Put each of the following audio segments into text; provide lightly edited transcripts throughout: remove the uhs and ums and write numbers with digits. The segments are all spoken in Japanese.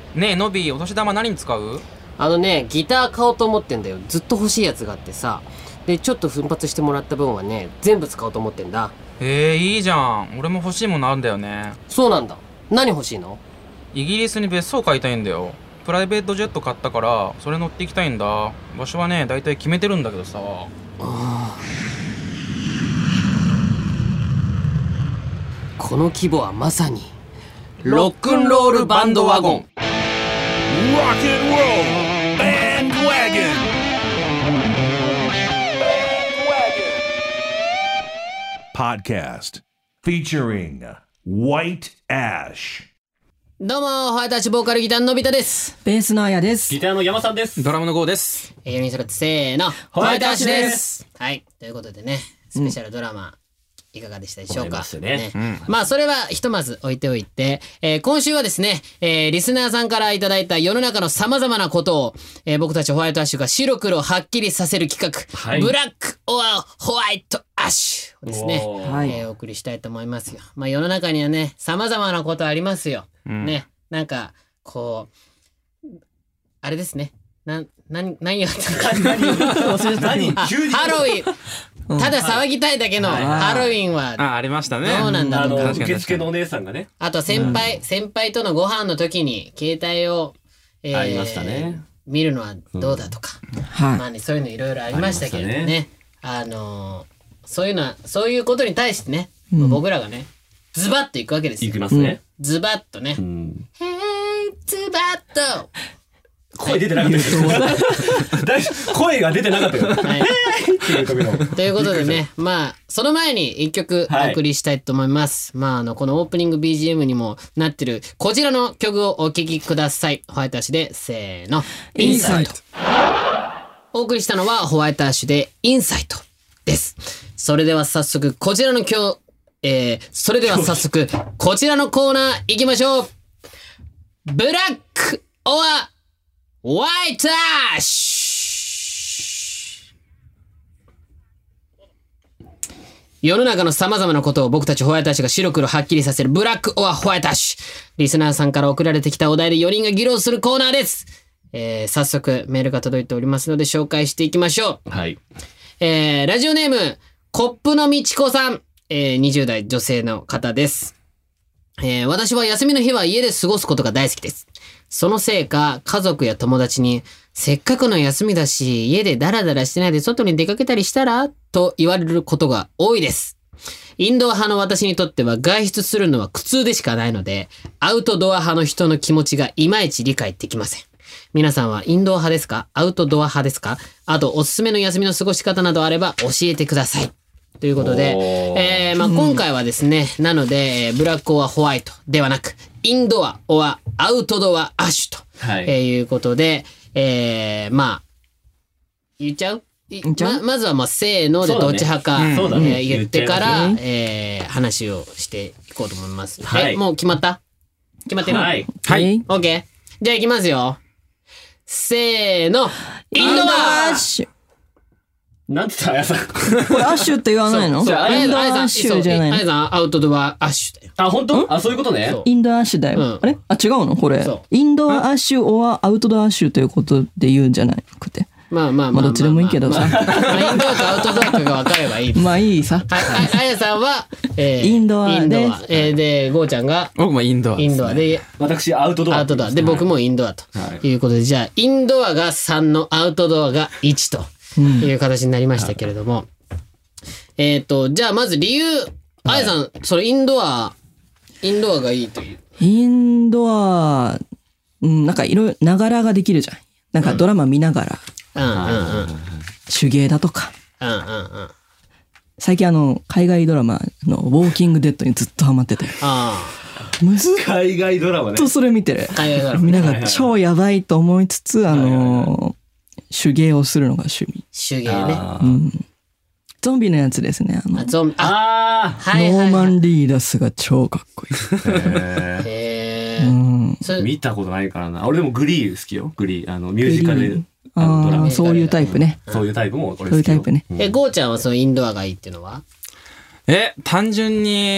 ねえのび、お年玉何に使う？ ギター買おうと思ってんだよ。ずっと欲しいやつがあってさ。でちょっと奮発してもらった分はね、全部使おうと思ってんだ。 いいじゃん。俺も欲しいものあるんだよね。 そうなんだ。何欲しいの？ イギリスに別荘買いたいんだよ。プライベートジェット買ったからそれ乗っていきたいんだ。場所はねだいたい決めてるんだけどさ。 この規模はまさにロックンロールバンドワゴン。 Rock and roll bandwagon. Podcast featuring White Ash. どうもホワイトアッシュボーカルギターののび太です。 ベースのあやです。 ギターの山さんです。 ドラムのゴーです。 4人揃ってせーの、 ホワイトアッシュです。 はい、ということでね、スペシャルドラマ、いかがでしたでしょうか。 思いましたね。 まあそれはひとまず置いておいて、今週はですね、リスナーさんからいただいた世の中の様々なことを、僕たちホワイトアッシュが白黒はっきりさせる企画、 はい、 ブラックオアホワイトアッシュをですね、お送りしたいと思いますよ。まあ世の中にはね、様々なことありますよ。ね、なんかこうあれですね。何やったかハロウィン、ただ騒ぎたいだけのハロウィンはありましたね。 どうなんだろう。 受付のお姉さんがね、 あと先輩とのご飯の時に携帯を、 ありましたね、 見るのはどうだとか、まあね、そういうのいろいろありましたけれどね、そういうことに対してね、僕らがねズバッといくわけですよ。 いきますね、 ズバッとね、ズバッと声出てなかったです声が出てなかったよ、はい、 ということでね、まあその前に一曲お送りしたいと思います、まあこのオープニング BGM にもなってるこちらの曲をお聴きください。ホワイトアッシュでせーの、インサイト。お送りしたのはホワイトアッシュでインサイトです。それでは早速こちらのコーナー行きましょう。ブラックオアホワイトアッシュ。世の中の様々なことを僕たちホワイトアッシュが白黒はっきりさせるブラックオアホワイトアッシュ。リスナーさんから送られてきたお題で4人が議論するコーナーです。早速メールが届いておりますので紹介していきましょう。 はい。 ラジオネームコップのみちこさん、20代女性の方です。私は休みの日は家で過ごすことが大好きです。そのせいか家族や友達にせっかくの休みだし家でダラダラしてないで外に出かけたりしたらと言われることが多いです。インドア派の私にとっては外出するのは苦痛でしかないのでアウトドア派の人の気持ちがいまいち理解できません。皆さんはインドア派ですか？アウトドア派ですか？あとおすすめの休みの過ごし方などあれば教えてください。ということで、今回はですね、なので、ブラックオアホワイトではなく、インドアオアアウトドアアッシュと、いうことで、言っちゃう？まずはもうせーのでどっち派か、言ってから、話をしていこうと思います。はい。もう決まってる？はい。 はい。 OK。じゃあ行きますよ。せーの。インドアアッシュ。 なんて言ったあやさん。 これアッシュって言わないの？インドアッシュじゃないの？ あやさんアウトドアアッシュだよ。 あ、本当？あ、そういうことね。 インドアアッシュだよ。あれ？あ、違うの？これ。インドアアッシュオアアウトドアアッシュということで言うんじゃなくて。まあどっちでもいいけどさ。インドアかアウトドアかが分かればいい。 まあいいさ。 あやさんはインドアで、 でゴーちゃんが僕もインドアで、 私アウトドアで僕もインドアということで、じゃあインドアが3のアウトドアが1と。いう形になりましたけれども、じゃあまず理由、あやさん、それインドアがいいという。 インドア、なんかいろいろながらができるじゃん。なんかドラマ見ながら、手芸だとか。最近海外ドラマのウォーキングデッドにずっとハマってて。 海外ドラマね。 ずっとそれ見てる。見ながら超やばいと思いつつ、手芸をするのが趣味。 手芸ね。 ゾンビのやつですね。 ノーマン・リーダスが超かっこいい。 見たことないからな。俺でもグリー好きよ。グリー。ミュージカルドラマ。 そういうタイプね。 そういうタイプも俺好きよ。 そういうタイプね。 ゴーちゃんはそのインドアがいいっていうのは？ 単純に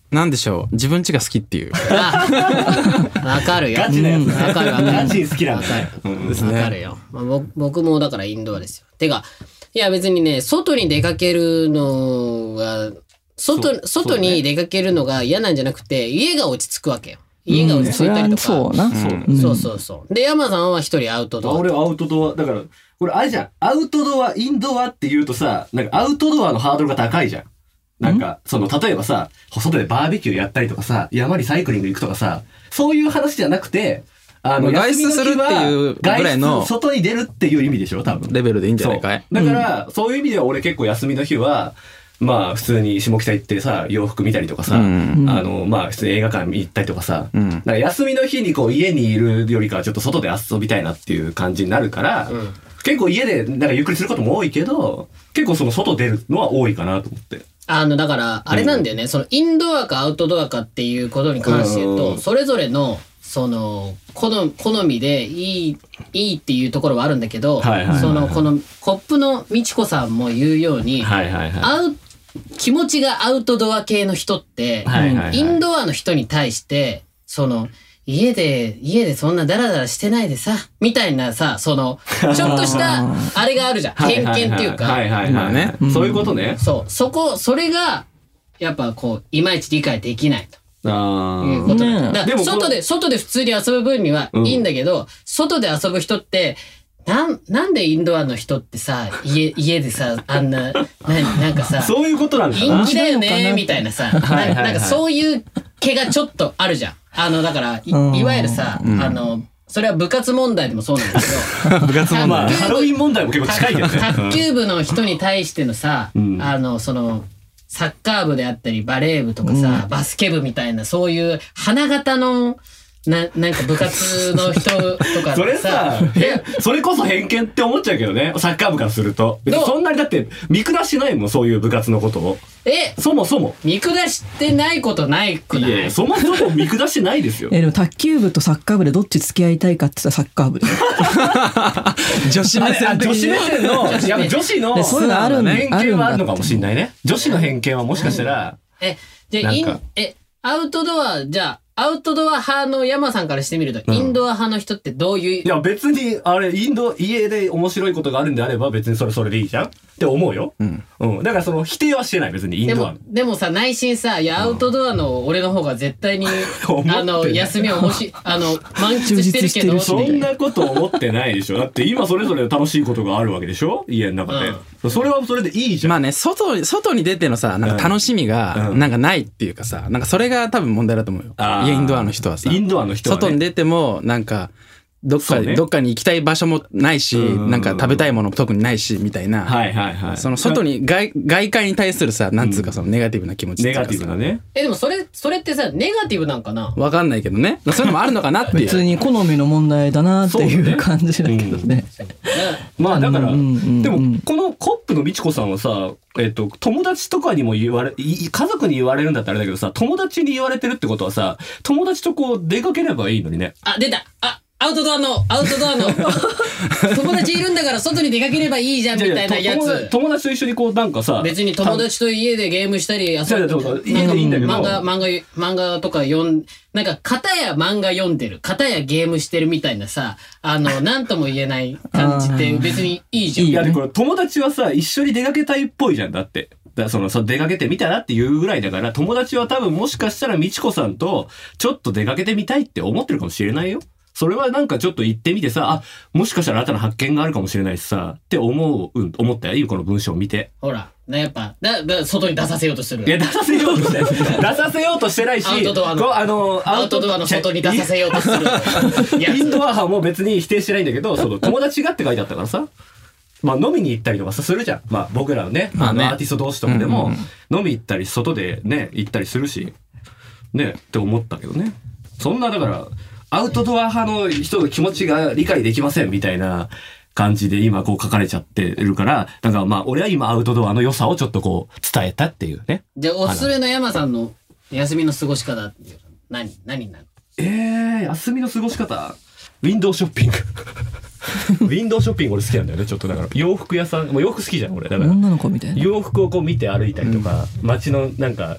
なんでしょう、自分家が好きっていう。 わかるよ。 ガチなやつ。 わかるわかる。 ガチ好きなんだ。 ですね。 わかるよ。僕もだからインドアですよ。てか、いや別にね、外に出かけるのが、外に出かけるのが嫌なんじゃなくて、家が落ち着くわけよ。家が落ち着いたりとか。 そうな。 そう。で、山さんは一人アウトドア。 俺はアウトドア、だから、これあれじゃん。アウトドア、インドアって言うとさ、なんかアウトドアのハードルが高いじゃん。なんか、例えばさ、外でバーベキューやったりとかさ、山にサイクリング行くとかさ、そういう話じゃなくて、 外出するっていうぐらいの外に出るっていう意味でしょ、多分。 レベルでいいんじゃないかい。 だから、そういう意味では俺結構休みの日は、まあ普通に下北行ってさ、洋服見たりとかさ、まあ普通に映画館行ったりとかさ、なんか休みの日にこう家にいるよりかはちょっと外で遊びたいなっていう感じになるから、結構家でなんかゆっくりすることも多いけど、結構外出るのは多いかなと思って。 だから、あれなんだよね、インドアかアウトドアかっていうことに関して言うと、それぞれの、好みでいいっていうところはあるんだけど、このコップのみちこさんも言うように、気持ちがアウトドア系の人って、インドアの人に対して、家でそんなダラダラしてないでさ、みたいなさ、ちょっとした、あれがあるじゃん。偏見っていうか。 そういうことね。 それが、やっぱいまいち理解できないと。いうことだ。でも外で普通に遊ぶ分にはいいんだけど、外で遊ぶ人って、なんでインドアの人ってさ、家でさ、なんかさ、 そういうことなんだ。 陰気だよね、みたいなさ、なんかそういう気がちょっとあるじゃん。だから、いわゆるさ、それは部活問題でもそうなんだけど、 部活問題、ハロウィン問題も結構近いけどね。 卓球部の人に対してのさ、サッカー部であったり、バレー部とかさ、バスケ部みたいな、そういう花形の、なんか部活の人とかそれさ、それこそ偏見って思っちゃうけどね、サッカー部からすると。そんなにだって見下しないもん、そういう部活のことを。そもそも。 見下してないことないくない？ いや、そもそも見下してないですよ。 でも卓球部とサッカー部でどっち付き合いたいかって言ったらサッカー部で。 女子目線女子目線の、やっぱ女子のそういうのある偏見はあるのかもしれないね。女子の偏見はもしかしたら。 じゃあ、アウトドア、じゃあ、アウトドア派の山さんからしてみると、インドア派の人ってどういう、 いや別に、あれ、家で面白いことがあるんであれば別にそれでいいじゃんって思うよ。だから否定はしてない、別にインドア。 でもさ、内心さ、いや、アウトドアの俺の方が絶対に、休みを満喫してるけど、 そんなこと思ってないでしょ。だって今それぞれ楽しいことがあるわけでしょ、家の中で。それはそれでいいじゃん。 まあね、外に出てのさ、なんか楽しみが、なんかないっていうかさ、なんかそれが多分問題だと思うよ。インドアの人はさ。 インドアの人はね。 外に出ても、なんか、どっかに行きたい場所もないし、なんか食べたいものも特にないし、みたいな。外に、外界に対するさ、なんつうかネガティブな気持ちっていうかさ。 ネガティブなね。 でもそれってさ、ネガティブなんかな？ わかんないけどね。そういうのもあるのかなっていう。 普通に好みの問題だなっていう感じだけどね。 まあだから、でもこのコップのみちこさんはさ、友達とかにも家族に言われるんだったらあれだけどさ、友達に言われてるってことはさ、友達と出かければいいのにね。 出た。アウトドアの友達いるんだから外に出かければいいじゃんみたいなやつ。 友達と一緒になんかさ、 別に友達と家でゲームしたり家でいいんだけど、 漫画とかなんか片や漫画読んでる、片やゲームしてるみたいなさ、なんとも言えない感じって別にいいじゃん。 いやでも友達はさ、一緒に出かけたいっぽいじゃん、だって。出かけてみたらっていうぐらいだから、友達は多分もしかしたらみちこさんとちょっと出かけてみたいって思ってるかもしれないよ。それはなんかちょっと行ってみてさ、もしかしたら新たな発見があるかもしれないしさ、って思ったよ、この文章を見て。 ほら、やっぱ、外に出させようとする。 いや、出させようとしてないし、 アウトドアの外に出させようとする。 インドア派も別に否定してないんだけど、友達がって書いてあったからさ。まあ飲みに行ったりとかするじゃん。まあ僕らはね、アーティスト同士とかでも、飲み行ったり、外でね、行ったりするし、ね、って思ったけどね。そんな、だから、アウトドア派の人の気持ちが理解できませんみたいな感じで今書かれちゃってるから、なんかまあ俺は今アウトドアの良さをちょっと伝えたっていうね。 じゃあおすすめの山さんの休みの過ごし方っていう何になる？ 休みの過ごし方？ウィンドウショッピング。ウィンドウショッピング俺好きなんだよね、ちょっとだから。洋服屋さん、洋服好きじゃん俺。だから。 女の子みたいな。 洋服を見て歩いたりとか、街のなんか、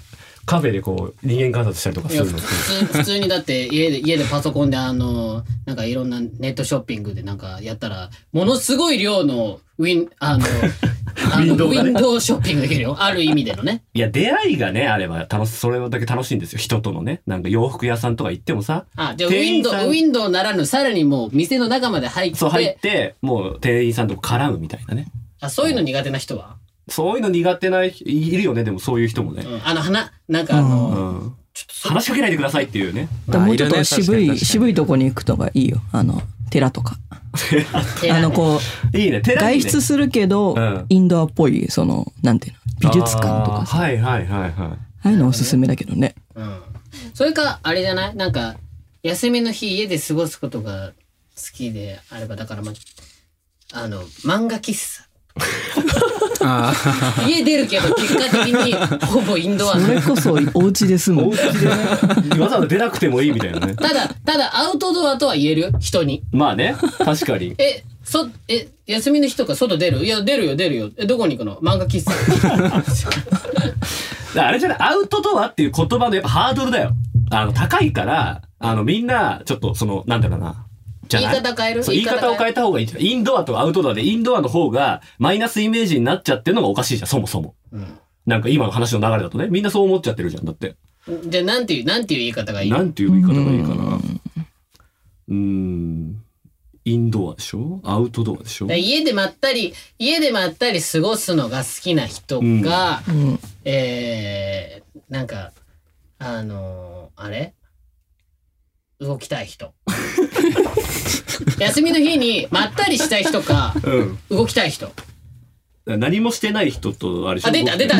カフェでこう人間観察したりとかするの。 普通にだって家でパソコンでなんかいろんなネットショッピングでなんかやったらものすごい量のウィンドウショッピングできるよ。ある意味でのね。 いや、出会いがね、あればそれだけ楽しいんですよ。人とのね。なんか洋服屋さんとか行ってもさ。 じゃあウィンドウならぬ、さらにもう店の中まで入って。 そう入って、もう店員さんと絡むみたいなね。 そういうの苦手な人は？ そういうの苦手ないるよね。でもそういう人もね。 なんかちょっと話しかけないでくださいっていうね。 もうちょっと渋いとこに行くとかいいよ。寺とか。こう、いいね、外出するけど、インドアっぽい、なんていうの、美術館とかさ。 はいはいはいはい。 ああいうのおすすめだけどね。 それか、あれじゃない？なんか、休みの日家で過ごすことが好きであれば、だから漫画喫茶。家出るけど結果的にほぼインドア。 それこそお家で住む。 お家でね、わざわざ出なくてもいいみたいなね。 ただアウトドアとは言える人に。 まあね、確かに。 休みの日とか外出る？いや出るよ。どこに行くの？漫画喫茶。あれじゃない、アウトドアっていう言葉のやっぱハードルだよ。高いからみんなちょっとなんだろうな。 言い方変える？ 言い方を変えた方がいいんじゃない？インドアとアウトドアで、インドアの方がマイナスイメージになっちゃってるのがおかしいじゃん、そもそも。なんか今の話の流れだとね、みんなそう思っちゃってるじゃん、だって。 じゃあなんていう言い方がいい？ なんていう言い方がいいかな。インドアでしょ？アウトドアでしょ？ 家でまったり過ごすのが好きな人が、なんか、あれ？動きたい人。休みの日にまったりしたい人か、動きたい人。 何もしてない人とあれでしょ。 出たアウト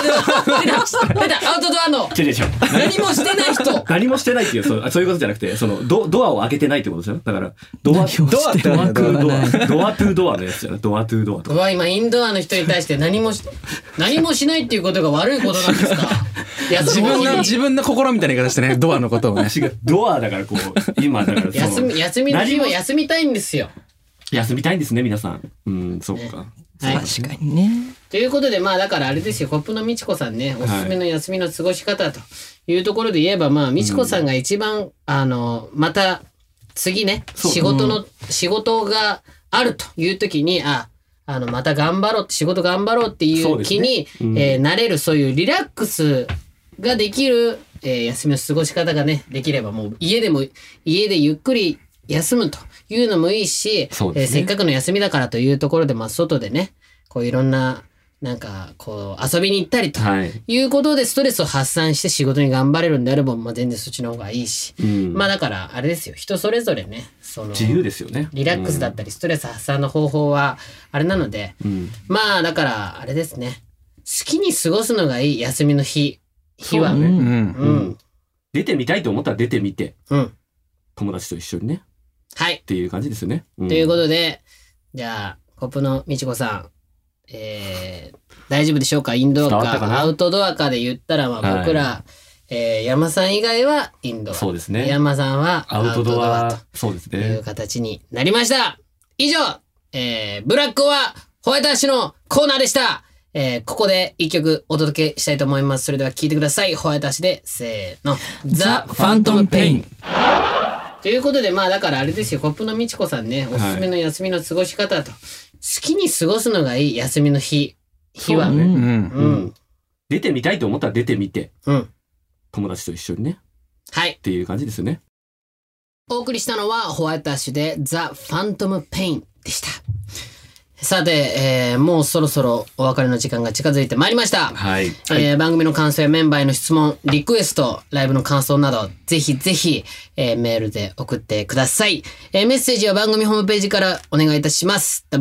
ドアの。何もしてない人。 何もしてないっていう、そういうことじゃなくて、ドアを開けてないってことですよ。だから、ドアトゥードアのやつじゃない。ドアトゥードアとか。 今インドアの人に対して何もしないっていうことが悪いことなんですか？ 自分の心みたいな言い方してね、ドアのことをね。 違う、ドアだから今だから休みの日は休みたいんですよ。 休みたいんですね、皆さん。そうか。 はい、 確かにね。 ということでだからあれですよ、コップのみちこさんね、おすすめの休みの過ごし方というところで言えば、みちこさんが一番また次ね、仕事があるという時にまた仕事頑張ろうっていう気になれる、そういうリラックスができる休みの過ごし方がねできれば、もう家でゆっくり休むというのもいいし、せっかくの休みだからというところで、外でね、こういろんな、なんか、こう遊びに行ったりということでストレスを発散して仕事に頑張れるんであれば、全然そっちの方がいいし。だから、あれですよ、人それぞれね、 自由ですよね。 リラックスだったり、ストレス発散の方法は、あれなので、だから、あれですね、好きに過ごすのがいい休みの日は、 出てみたいと思ったら出てみて、友達と一緒にね。 はい。 っていう感じですよね。 ということで、じゃあ、コップのみちこさん、大丈夫でしょうか？インドアかアウトドアかで言ったら、僕ら、山さん以外はインドア。 そうですね。 山さんはアウトドアそうですね。 という形になりました。以上、ブラックはホワイトアッシュのコーナーでした。ここで一曲お届けしたいと思います。それでは聴いてください。ホワイトアッシュで、せーの。ザ・ファントム・ペイン。ということで、だからあれですよ、コップのみちこさんね、おすすめの休みの過ごし方と、好きに過ごすのがいい休みの日は、 出てみたいと思ったら出てみて、友達と一緒にね。 はい。 っていう感じですよね。 お送りしたのは、ホワイトアッシュで、ザ・ファントム・ペインでした。さて、もうそろそろお別れの時間が近づいてまいりました。 はい。 番組の感想やメンバーへの質問、リクエスト、ライブの感想など、ぜひぜひ、メールで送ってください。メッセージは番組ホームページからお願いいたします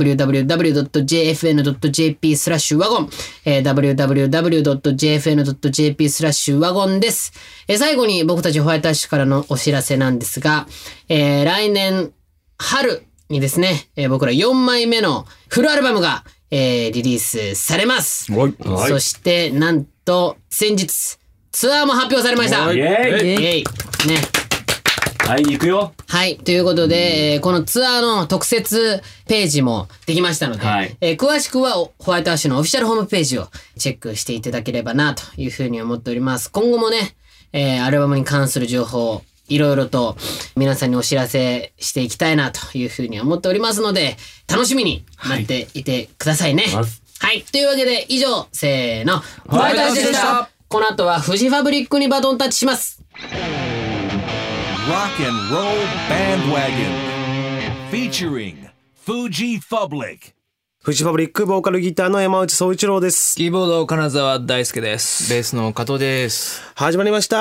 。www.jfn.jp/wagon www.jfn.jp/wagon です。最後に僕たちホワイトアッシュからのお知らせなんですが、来年春にですね、僕ら4枚目のフルアルバムが、リリースされます。そしてなんと先日ツアーも発表されました。 イエーイね。 あ会いに行くよ。 はい。ということで、このツアーの特設ページもできましたので、 はい詳しくはホワイトアッシュのオフィシャルホームページをチェックしていただければなというふうに思っております。今後もね、アルバムに関する情報をいろいろと皆さんにお知らせしていきたいなというふうに思っておりますので、楽しみに待っていてくださいね。はい。というわけで以上、せーの、ホワイトアッシュでした。この後はフジファブリックにバトンタッチします。 Rock and Roll Bandwagon featuring Fuji Public。 フジファブリックボーカルギターの山内総一郎です。 キーボード金沢大輔です。 ベースの加藤です。 始まりました。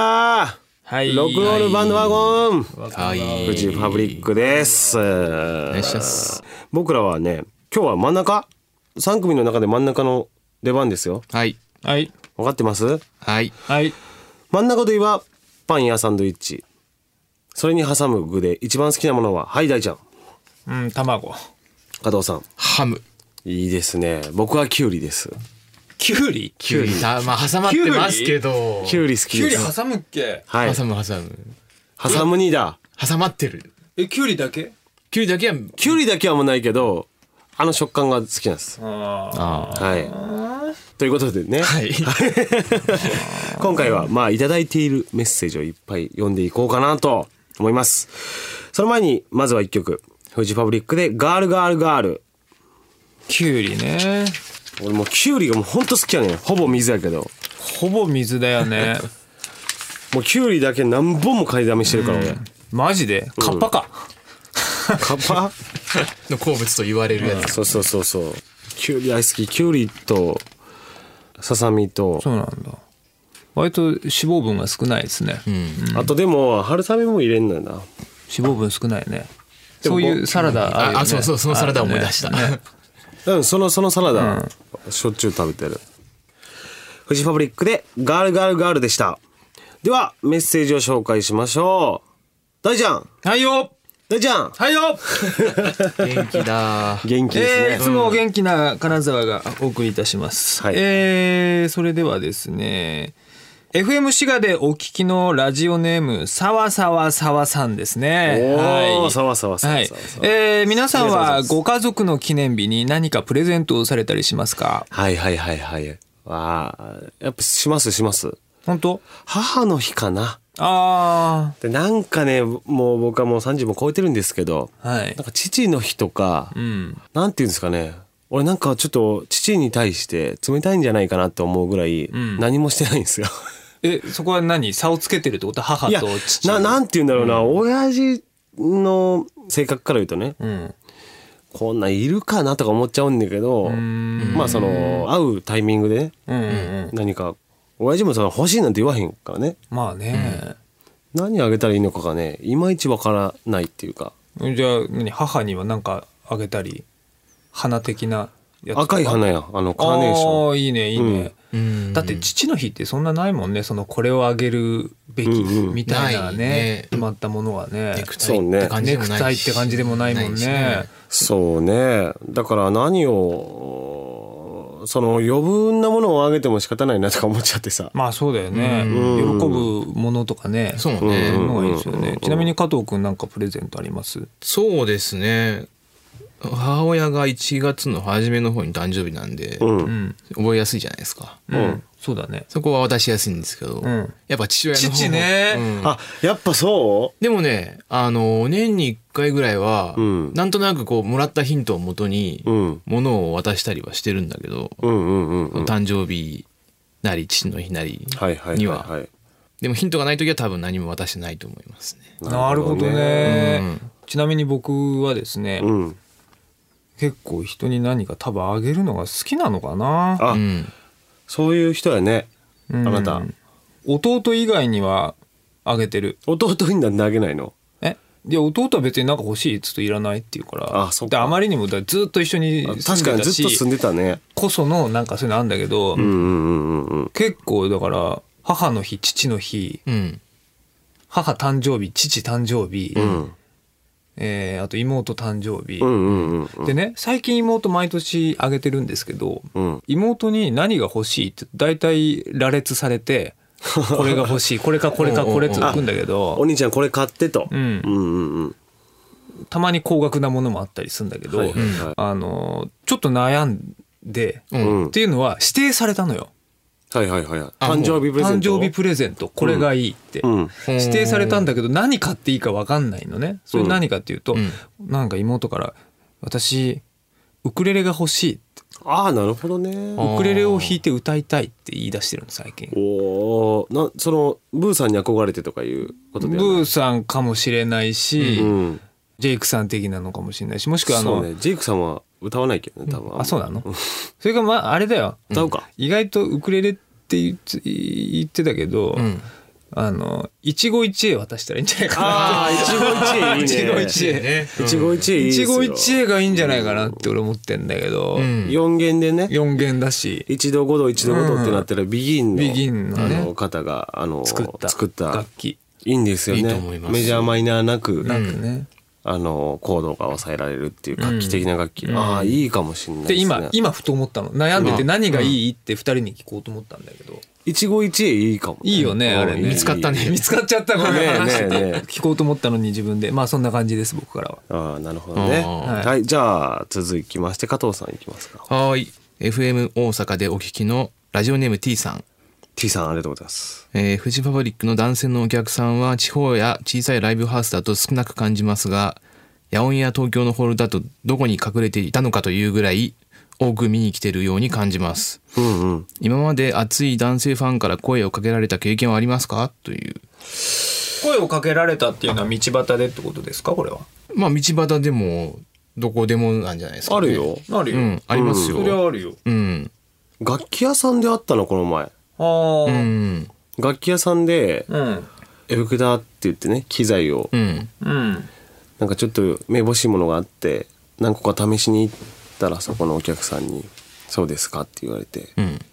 はい。 ロックンロールバンドワゴン。 はい。 フジファブリックです。お願いします。 僕らはね、今日は真ん中、3組の中で真ん中の出番ですよ。 はい。 はい。 分かってます？ はい。 はい。 真ん中といえばパンやサンドイッチ。それに挟む具で一番好きなものは、はい大ちゃん。 卵。 加藤さん。 ハム。 いいですね。僕はキュウリです。 キュウリ？ キュウリ。まあ挟まってますけど。 キュウリ好きです。 キュウリ挟むっけ？ はい。 挟む。 挟むにだ。 挟まってる。 キュウリだけ？ キュウリだけは。 キュウリだけはもうないけど、あの食感が好きなんです。はい。ということでね。 はい。 今回はまあいただいているメッセージをいっぱい読んでいこうかなと思います。その前にまずは一曲、フジファブリックでガールガールガール。 キュウリね。 俺もうキュウリがもうほんと好きやねん。ほぼ水やけど。 ほぼ水だよね。 もうキュウリだけ何本も買いだめしてるから俺。 マジで？カッパか。 カッパの好物と言われるやつ。 そう。キュウリ大好き。キュウリとささみと。 そうなんだ。割と脂肪分が少ないですね。 あとでも春雨も入れんのよな。 脂肪分少ないね。そういうサラダあるよね。 そうそのサラダ思い出した。 そのサラダ、しょっちゅう食べてる。フジファブリックでガールガールガールでした。ではメッセージを紹介しましょう。大ちゃん。 はいよ。 大ちゃん。 はいよ。 元気だ。 元気ですね。 いつも元気な金沢がお送りいたします。それではですね、FM 滋賀でお聞きのラジオネームさわさわさわさんですね。 はい。さわさわさわ。 皆さんはご家族の記念日に何かプレゼントをされたりしますか？ はい。やっぱします。 本当？ 母の日かな。 でなんかね、もう僕はもう30も超えてるんですけど、 はい、 なんか父の日とか、なんていうんですかね、俺なんかちょっと父に対して冷たいんじゃないかなと思うぐらい何もしてないんですよ。 そこは何？差をつけてるってこと？母と父？ なんていうんだろうな、親父の性格から言うとね、こんなんいるかなとか思っちゃうんだけど、まあその会うタイミングでね、何か親父もその欲しいなんて言わへんからね。 まあね、 何あげたらいいのかがね、いまいちわからないっていうか。 じゃあ母には何かあげたり、花的なやつ？ 赤い花や、カーネーション。 いいね。だって父の日ってそんなないもんね。そのこれをあげるべきみたいなね、決まったものがね。 ネクタイって感じでもないし。 ネクタイって感じでもないもんね。 そうね。だから何をその余分なものをあげても仕方ないなとか思っちゃってさ。 まあそうだよね。喜ぶものとかね。 そうね。 そういうのがいいですよね。ちなみに加藤くんなんかプレゼントあります？ そうですね。母親が1月の初めの方に誕生日なんで、覚えやすいじゃないですか。 そうだね。 そこは渡しやすいんですけど、やっぱ父親の方。 父ね。 やっぱそう？ でもね、年に1回ぐらいは、なんとなくこうもらったヒントをもとに物を渡したりはしてるんだけど、誕生日なり父の日なりには。でもヒントがないときは多分何も渡してないと思いますね。 なるほどね。ちなみに僕はですね、結構人に何か多分あげるのが好きなのかな。 そういう人やね、あなた。 弟以外にはあげてる。 弟になんであげないの？ いや弟は別になんか欲しいっつといらないっていうから。 そうか。であまりにもずっと一緒に住んでたし、 確かにずっと住んでたね。 こそのなんかそういうのあるんだけど、結構だから母の日、父の日、母誕生日、父誕生日、あと妹誕生日、でね、最近妹毎年あげてるんですけど、妹に何が欲しいって大体羅列されて、 これが欲しい、これかこれかこれって置くんだけど、 お兄ちゃんこれ買ってと、 たまに高額なものもあったりするんだけど、ちょっと悩んで、っていうのは指定されたのよ。 はいはいはい。誕生日プレゼント。 誕生日プレゼントこれがいいって、指定されたんだけど何買っていいか分かんないのね。それ何かっていうと、なんか妹から私ウクレレが欲しいって。 ああなるほどね。 ウクレレを弾いて歌いたいって言い出してるの最近。 おお、そのブーさんに憧れてとかいうことではない。 ブーさんかもしれないし、ジェイクさん的なのかもしれないし、もしくはそうね、ジェイクさんは歌わないけどね多分。 あ、そうなの。それがまああれだよ、 歌うか。 意外とウクレレって言ってたけど、一期一会渡したらいいんじゃないかな。 ああ、一期一会いいね。 一期一会ね。 一期一会いいですよ。 一期一会がいいんじゃないかなって俺思ってんだけど、 4弦でね。 4弦だし。 一度5度一度5度ってなったらビギンの方が作った楽器。 いいんですよね。メジャーマイナーなくね。 コードが抑えられるっていう楽器的な楽器、ああいいかもしれないですね。 で今ふと思ったの、悩んでて何がいいって2人に聞こうと思ったんだけど、 一期一会いいかも、ね、 いいよねあれね。 見つかったね。 見つかっちゃったから話してて、 ね聞こうと思ったのに自分で。まあそんな感じです僕からは。 ああなるほどね。はい、じゃあ続きまして加藤さんいきますか。 はい。FM 大阪でお聞きのラジオネーム T さん。 T さんありがとうございます。 フジファブリックの男性のお客さんは地方や小さいライブハウスだと少なく感じますが、野音や東京のホールだとどこに隠れていたのかというぐらい多く見に来てるように感じます、今まで熱い男性ファンから声をかけられた経験はありますかという。 声をかけられたっていうのは道端でってことですかこれは。 まあ道端でもどこでもなんじゃないですか、ね、 あるよあるよ、 ありますよ、 それはあるよ。 楽器屋さんであったのこの前。楽器屋さんで、エフェクターって言ってね機材を、なんかちょっとめぼしいものがあって何個か試しに行ったらそこのお客さんに「そうですか?」って言われて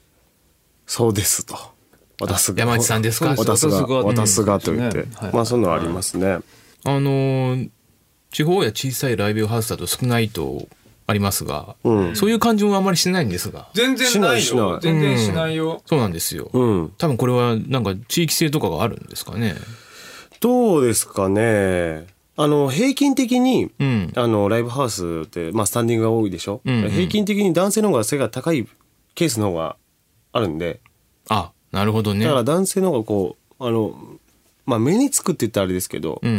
「そうです」と「渡すが山内さんですか?」 渡すがと言って、まあそういうのはありますね。 地方や小さいライブハウスだと少ないとありますが、そういう感情はあまりしてないんですが。 全然ないよ。全然しないよ。 そうなんですよ。多分これはなんか地域性とかがあるんですかね。 どうですかね。平均的に、ライブハウスって、まあ、スタンディングが多いでしょ、平均的に男性の方が背が高いケースの方があるんで。 あ、なるほどね。 だから男性の方がこうまあ、目につくって言ったらあれですけど、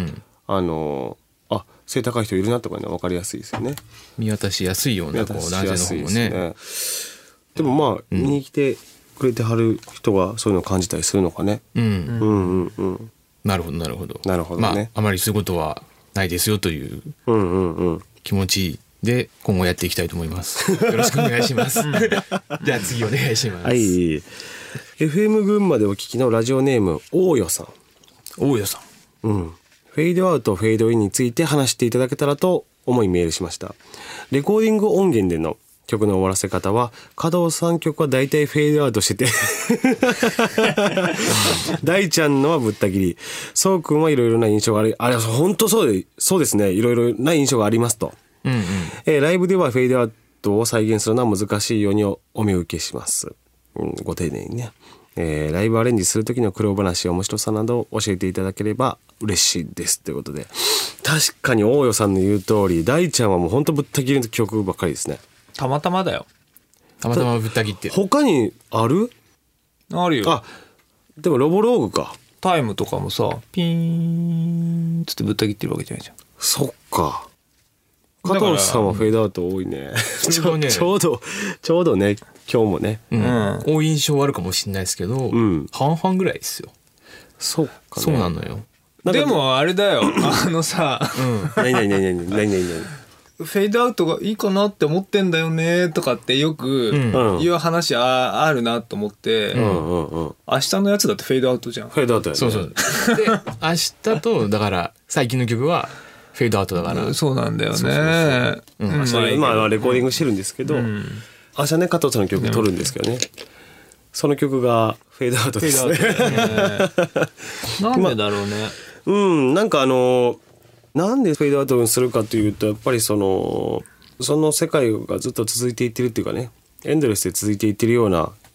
背高い人いるなとかね分かりやすいですよね。 見渡しやすいようなこう男性の方もね。 でもまあ、見に来てくれてはる人がそういうのを感じたりするのかね。なるほどなるほど。なるほどね。まああまりそういうことはないですよという気持ちで今後やっていきたいと思います。よろしくお願いします。じゃあ次お願いします。 はい。FM 群馬でお聞きのラジオネーム大与さん。 大与さん。 フェードアウトフェードインについて話していただけたらと思いメールしました。レコーディング音源での曲の終わらせ方は加藤さん曲はだいたいフェードアウトしてて大ちゃんのはぶった切り、そうくんはいろいろな印象がある。あれ本当そうですね、いろいろな印象がありますと、ライブではフェードアウトを再現するのは難しいようにお見受けします、ご丁寧にね。ライブアレンジする時の苦労話や面白さなどを教えていただければ嬉しいですということで、確かに大与さんの言う通り大ちゃんはもう本当ぶった切りの曲ばっかりですね。 たまたまだよ。 たまたまぶった切ってる。 他にある？ あるよ。 あ、でもロボローグか。 タイムとかもさピーンつってぶった切ってるわけじゃないじゃん。 そっか。加藤さんはフェードアウト多いね。ちょうどね今日もね、 多い印象はあるかもしれないですけど、半々ぐらいですよ。 そうかね。 そうなのよ。 でもあれだよ、さ、 何フェードアウトがいいかなって思ってんだよねとかってよく言う話あるなと思って、明日のやつだってフェードアウトじゃん。 フェードアウトやね。 そうで明日とだから最近の曲はフェードアウトだから、 そうなんだよね。 今はレコーディングしてるんですけど、明日ね加藤さんの曲撮るんですけどね、その曲がフェードアウトですね。 なんでだろうね。 なんかなんでフェードアウトにするかというと、やっぱりその世界がずっと続いていってるっていうかね、エンドレスで続いていってるような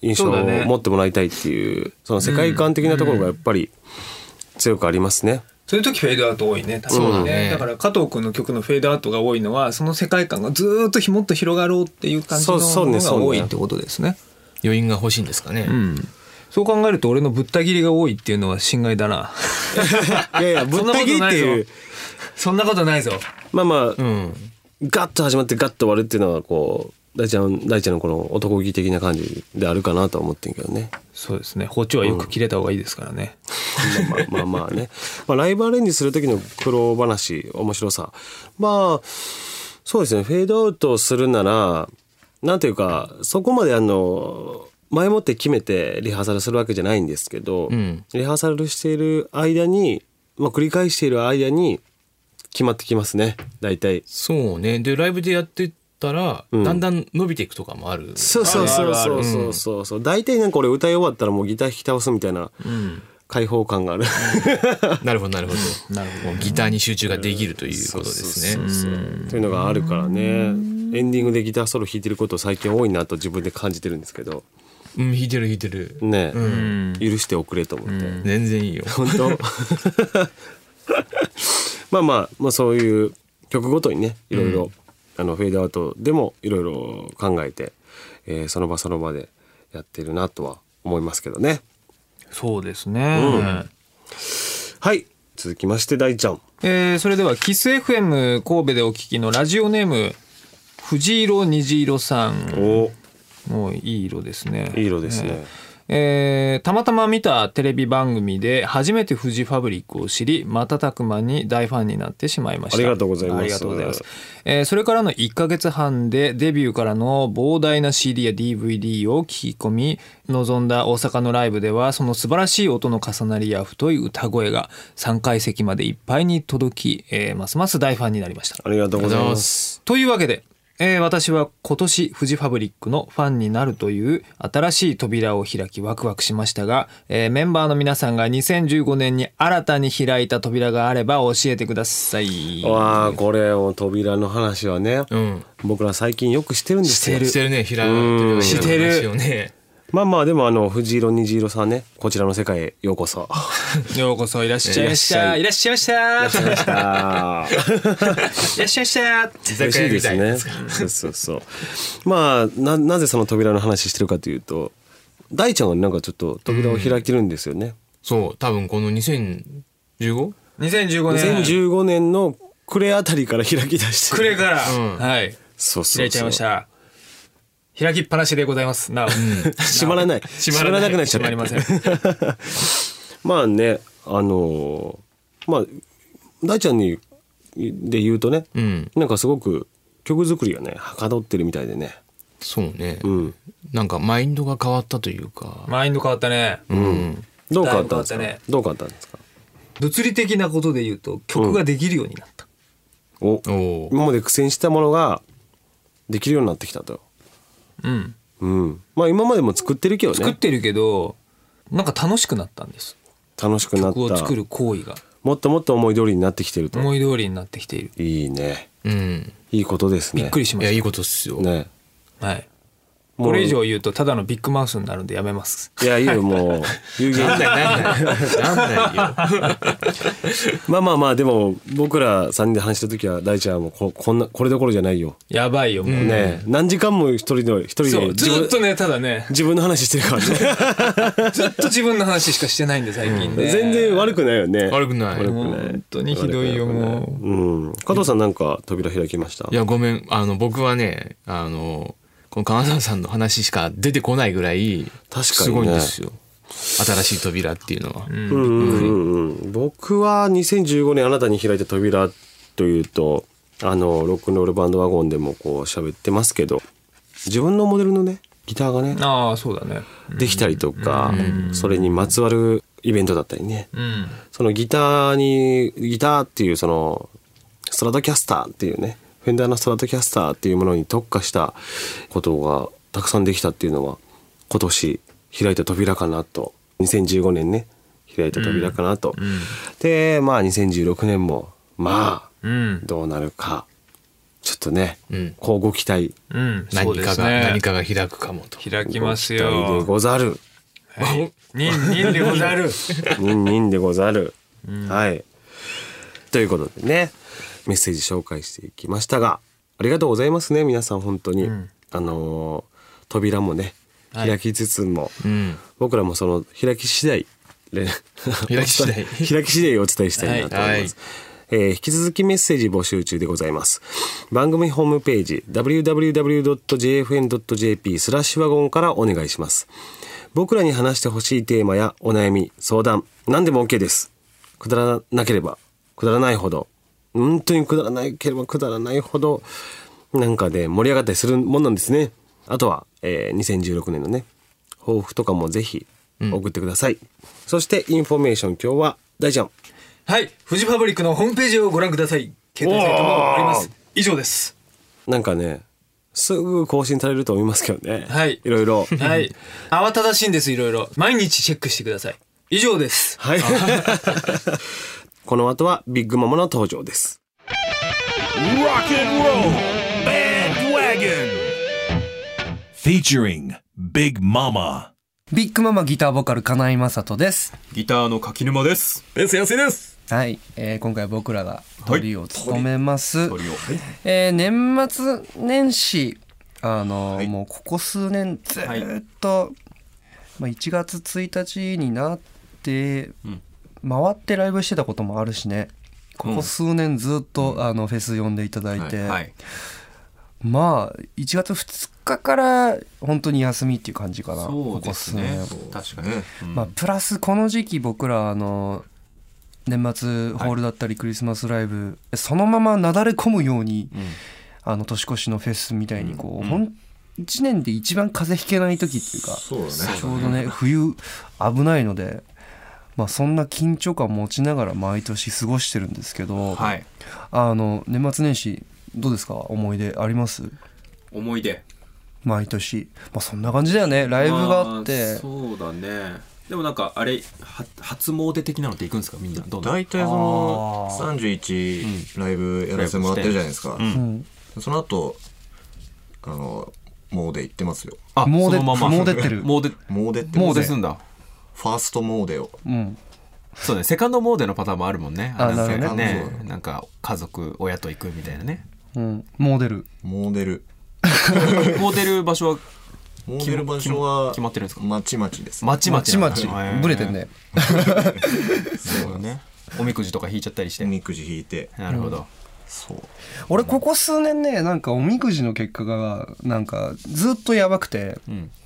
印象を持ってもらいたいっていうその世界観的なところがやっぱり強くありますね。 そういう時フェードアウト多いね。確かにね。だから加藤君の曲のフェードアウトが多いのはその世界観がずっともっと広がろうっていう感じのものが多いってことですね。 余韻が欲しいんですかね。 そう考えると俺のぶった切りが多いっていうのは心外だな。 いやいやぶった切りっていうそんなことないぞ。 まあまあ、ガッと始まってガッと終わるっていうのはこう大ちゃんのこの男気的な感じであるかなとは思ってんけどね。 そうですね。包丁はよく切れた方がいいですからね。 まあね、ライブアレンジする時の苦労話面白さ、まあそうですね。フェードアウトするならなんていうかそこまで前もって決めてリハーサルするわけじゃないんですけど、リハーサルしている間に、繰り返している間に決まってきますね大体。 そうね。でライブでやってたら、だんだん伸びていくとかもある。 そう大体なんか俺歌い終わったらもうギター弾き倒すみたいな開放感がある。 なるほどギターに集中ができるということですね。 というのがあるからね。エンディングでギターソロ弾いてること最近多いなと自分で感じてるんですけど。 弾いてるね、許しておくれと思って。 全然いいよ本当。まあそういう曲ごとにねいろいろフェードアウトでもいろいろ考えて、その場でやってるなとは思いますけどね。 そうですね、 はい続きまして大ちゃん、 それではキス FM 神戸でお聞きのラジオネーム藤色虹色さん。もういい色ですね。 いい色ですね。 たまたま見たテレビ番組で初めてフジファブリックを知り瞬く間に大ファンになってしまいました。 ありがとうございます。 ありがとうございます。それからの1ヶ月半でデビューからの膨大な CD や DVD を聞き込み臨んだ大阪のライブではその素晴らしい音の重なりや太い歌声が3階席までいっぱいに届き、ますます大ファンになりました。 ありがとうございます。 というわけで私は今年フジファブリックのファンになるという新しい扉を開きワクワクしましたが、メンバーの皆さんが2015年に新たに開いた扉があれば教えてください。 わあこれ扉の話はね、僕ら最近よくしてるんですよ。 してるね。開いてる話をね。 まあでも藤色虹色さんねこちらの世界へようこそ。 ようこそいらっしゃいました。いらっしゃいました。いらっしゃいました。いらっしゃいました。 嬉しいですね。そう。まあなぜその扉の話してるかというと大ちゃんがなんかちょっと扉を開いてるんですよね。 そう多分この 2015年の暮れあたりから開き出して暮れから、はいそう開いちゃいました。開きっぱなしでございます。閉まらない。閉まらなくなっちゃった。 閉まりません。 まあね大ちゃんにで言うとね、なんかすごく曲作りがねはかどってるみたいでね。 そうね、なんかマインドが変わったというか。 マインド変わったね。 どう変わったんですか。どう変わったんですか。 物理的なことで言うと曲ができるようになった。 今まで苦戦したものができるようになってきたと。まあ今までも作ってるけどね。 作ってるけどなんか楽しくなったんです。 楽しくなった。 曲を作る行為がもっともっと思い通りになってきてると。 思い通りになってきている。 いいね。いいことですね。 びっくりしました。 いやいいことですよね。 はい。これ以上言うとただのビッグマウスになるんでやめます。 いやいいよもう有限なんないよ。まあでも僕ら3人で話した時は大ちゃんはもうこれどころじゃないよ。 やばいよもうね。何時間も一人でずっとねただね自分の話してるからね。 ずっと自分の話しかしてないんで最近ね。 全然悪くないよね。 悪くない。 本当にひどいよもう。加藤さんなんか扉開きました。 いやごめん僕はねこの金沢さんの話しか出てこないぐらいすごいんですよ。新しい扉っていうのは。 僕は2015年あなたに開いた扉というとロックンロールバンドワゴンでもこう喋ってますけど自分のモデルのねギターがねそうだねできたりとかそれにまつわるイベントだったりね、そのギターっていうそのストラトキャスターっていうねフェンダーのストラトキャスターっていうものに特化したことがたくさんできたっていうのは今年開いた扉かなと。2015年ね開いた扉かなと、で2016年もどうなるかちょっとね、こうご期待、 何かが開くかもと。 開きますよ。 ご期待でござる。 忍でござる。 忍でござる。はい。ということでね、メッセージ紹介していきましたが、ありがとうございますね、皆さん本当に。扉もね、開きつつも、僕らもその開き次第開き次第お伝えしたいなと思います。引き続きメッセージ募集中でございます。番組ホームページ www.jfn.jp/wagon からお願いします。僕らに話してほしいテーマやお悩み、相談、何でも OK です。くだらなければくだらないほど、本当にくだらなければくだらないほどなんかで盛り上がったりするもんなんですね。あとは、2016年のね抱負とかもぜひ送ってください。そしてインフォメーション、今日は大ちゃん。 はい、フジファブリックのホームページをご覧ください。携帯サイトもあります。以上です。 なんかね、すぐ更新されると思いますけどね。 はい。 いろいろ。 はい。慌ただしいんです、いろいろ。毎日チェックしてください。以上です。 はい。この後はビッグママの登場です。 Rock and Roll Bandwagon Featuring Big Mama。 ビッグママギターボーカル金井雅人です。 ギターの柿沼です。 ベース安井です。 はい、今回僕らがトリを務めます。年末年始もうここ数年ずっと、1月1日になって回ってライブしてたこともあるしね。ここ数年ずっとフェス呼んでいただいて、まあ1月2日から本当に休みっていう感じかな。 そうですね。確かに。 プラスこの時期僕ら年末ホールだったりクリスマスライブ、そのままなだれ込むように、年越しのフェスみたいにこう、1年で一番風邪ひけない時っていうか、ちょうどね冬危ないので、そんな緊張感を持ちながら毎年過ごしてるんですけど、年末年始どうですか？思い出あります？ 思い出毎年、そんな感じだよね。ライブがあって、 そうだね。でもなんかあれ初詣的なのって行くんですか？みんなどうだ？ 大体その31ライブやらせてもらってるじゃないですか。その後詣行ってますよ。 詣ってる。 詣すんだ。 ファーストモーデを。 そうね、セカンドモーデのパターンもあるもんね。なんか家族親と行くみたいなね。 モデルモデル場所は決まってるんですか？ まちまちです。 まちまちブレてんね。 そうね。おみくじとか引いちゃったりして。 おみくじ引いて。 なるほど。 そう。 俺ここ数年ね、なんかおみくじの結果がなんかずっとやばくて、